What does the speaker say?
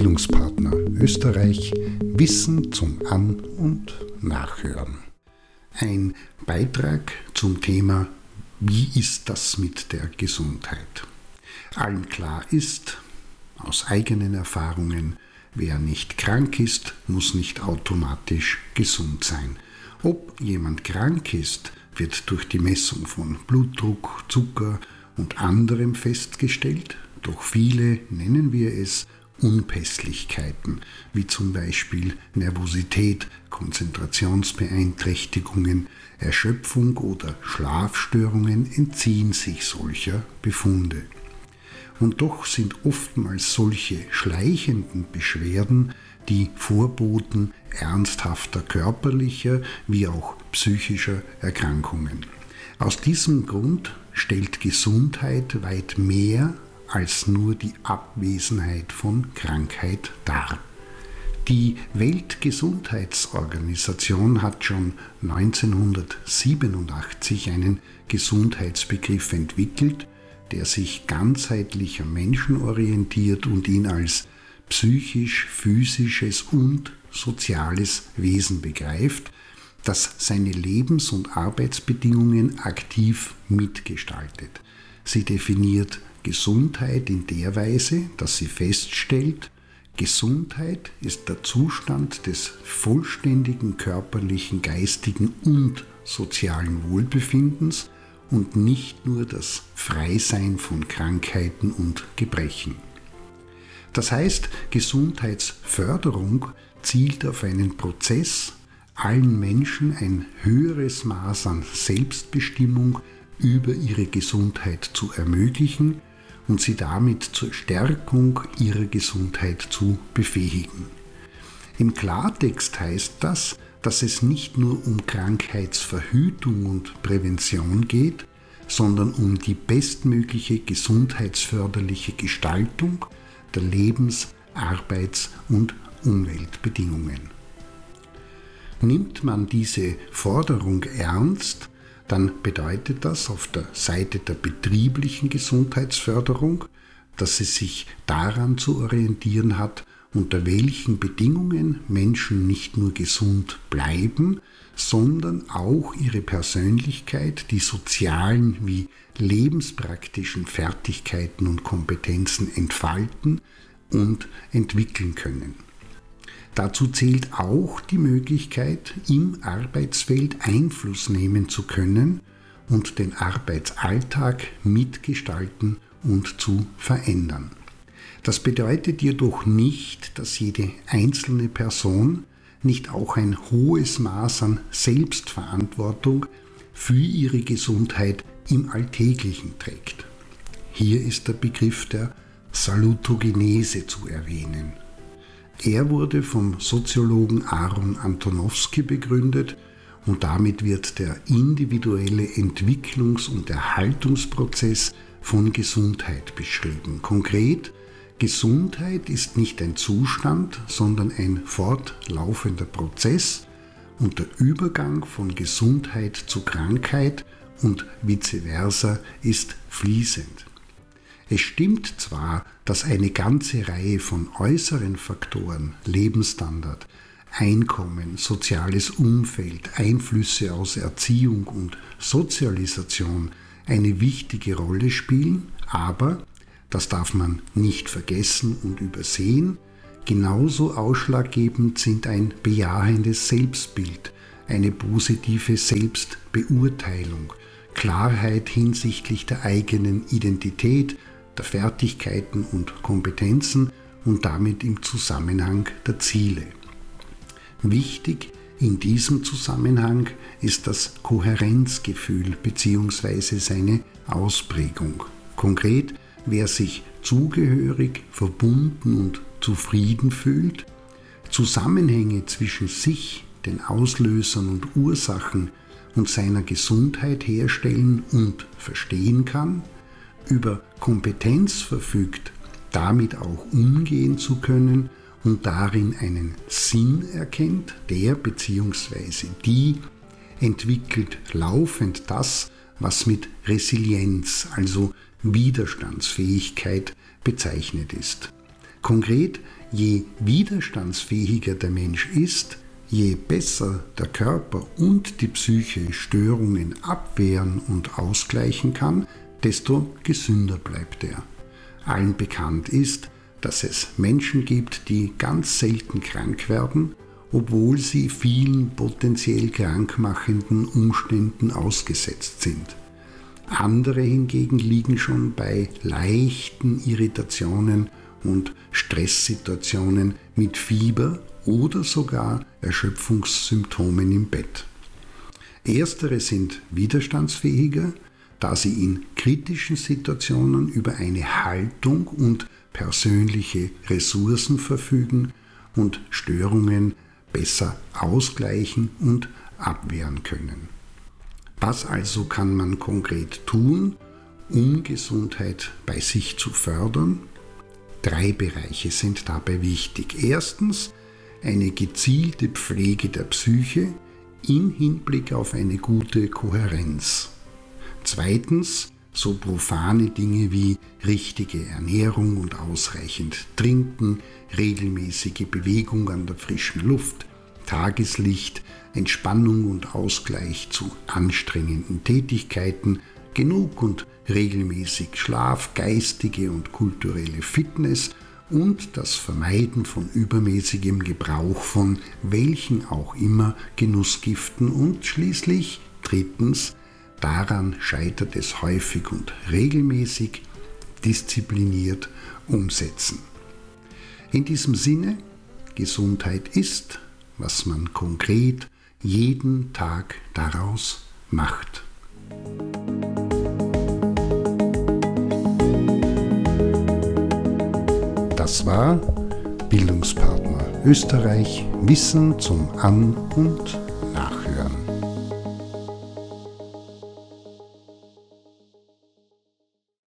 Bildungspartner Österreich Wissen zum An- und Nachhören. Ein Beitrag zum Thema Wie ist das mit der Gesundheit? Allen klar ist, aus eigenen Erfahrungen, wer nicht krank ist, muss nicht automatisch gesund sein. Ob jemand krank ist, wird durch die Messung von Blutdruck, Zucker und anderem festgestellt, doch viele, nennen wir es, Unpässlichkeiten, wie zum Beispiel Nervosität, Konzentrationsbeeinträchtigungen, Erschöpfung oder Schlafstörungen entziehen sich solcher Befunde. Und doch sind oftmals solche schleichenden Beschwerden die Vorboten ernsthafter körperlicher wie auch psychischer Erkrankungen. Aus diesem Grund stellt Gesundheit weit mehr als nur die Abwesenheit von Krankheit dar. Die Weltgesundheitsorganisation hat schon 1987 einen Gesundheitsbegriff entwickelt, der sich ganzheitlich am Menschen orientiert und ihn als psychisch, physisches und soziales Wesen begreift, das seine Lebens- und Arbeitsbedingungen aktiv mitgestaltet. Sie definiert Gesundheit in der Weise, dass sie feststellt, Gesundheit ist der Zustand des vollständigen körperlichen, geistigen und sozialen Wohlbefindens und nicht nur das Freisein von Krankheiten und Gebrechen. Das heißt, Gesundheitsförderung zielt auf einen Prozess, allen Menschen ein höheres Maß an Selbstbestimmung über ihre Gesundheit zu ermöglichen und sie damit zur Stärkung ihrer Gesundheit zu befähigen. Im Klartext heißt das, dass es nicht nur um Krankheitsverhütung und Prävention geht, sondern um die bestmögliche gesundheitsförderliche Gestaltung der Lebens-, Arbeits- und Umweltbedingungen. Nimmt man diese Forderung ernst, dann bedeutet das auf der Seite der betrieblichen Gesundheitsförderung, dass es sich daran zu orientieren hat, unter welchen Bedingungen Menschen nicht nur gesund bleiben, sondern auch ihre Persönlichkeit, die sozialen wie lebenspraktischen Fertigkeiten und Kompetenzen entfalten und entwickeln können. Dazu zählt auch die Möglichkeit, im Arbeitsfeld Einfluss nehmen zu können und den Arbeitsalltag mitgestalten und zu verändern. Das bedeutet jedoch nicht, dass jede einzelne Person nicht auch ein hohes Maß an Selbstverantwortung für ihre Gesundheit im Alltäglichen trägt. Hier ist der Begriff der Salutogenese zu erwähnen. Er wurde vom Soziologen Aaron Antonowsky begründet und damit wird der individuelle Entwicklungs- und Erhaltungsprozess von Gesundheit beschrieben. Konkret, Gesundheit ist nicht ein Zustand, sondern ein fortlaufender Prozess und der Übergang von Gesundheit zu Krankheit und vice versa ist fließend. Es stimmt zwar, dass eine ganze Reihe von äußeren Faktoren, Lebensstandard, Einkommen, soziales Umfeld, Einflüsse aus Erziehung und Sozialisation eine wichtige Rolle spielen, aber, das darf man nicht vergessen und übersehen, genauso ausschlaggebend sind ein bejahendes Selbstbild, eine positive Selbstbeurteilung, Klarheit hinsichtlich der eigenen Identität, der Fertigkeiten und Kompetenzen und damit im Zusammenhang der Ziele. Wichtig in diesem Zusammenhang ist das Kohärenzgefühl bzw. seine Ausprägung. Konkret, wer sich zugehörig, verbunden und zufrieden fühlt, Zusammenhänge zwischen sich, den Auslösern und Ursachen und seiner Gesundheit herstellen und verstehen kann, über Kompetenz verfügt, damit auch umgehen zu können und darin einen Sinn erkennt, der bzw. die entwickelt laufend das, was mit Resilienz, also Widerstandsfähigkeit bezeichnet ist. Konkret, je widerstandsfähiger der Mensch ist, je besser der Körper und die Psyche Störungen abwehren und ausgleichen kann, desto gesünder bleibt er. Allen bekannt ist, dass es Menschen gibt, die ganz selten krank werden, obwohl sie vielen potenziell krankmachenden Umständen ausgesetzt sind. Andere hingegen liegen schon bei leichten Irritationen und Stresssituationen mit Fieber oder sogar Erschöpfungssymptomen im Bett. Erstere sind widerstandsfähiger, da sie in kritischen Situationen über eine Haltung und persönliche Ressourcen verfügen und Störungen besser ausgleichen und abwehren können. Was also kann man konkret tun, um Gesundheit bei sich zu fördern? 3 Bereiche sind dabei wichtig. Erstens, eine gezielte Pflege der Psyche im Hinblick auf eine gute Kohärenz. Zweitens, so profane Dinge wie richtige Ernährung und ausreichend Trinken, regelmäßige Bewegung an der frischen Luft, Tageslicht, Entspannung und Ausgleich zu anstrengenden Tätigkeiten, genug und regelmäßig Schlaf, geistige und kulturelle Fitness und das Vermeiden von übermäßigem Gebrauch von welchen auch immer Genussgiften und schließlich drittens, daran scheitert es häufig und regelmäßig, diszipliniert umsetzen. In diesem Sinne, Gesundheit ist, was man konkret jeden Tag daraus macht. Das war Bildungspartner Österreich, Wissen zum An- und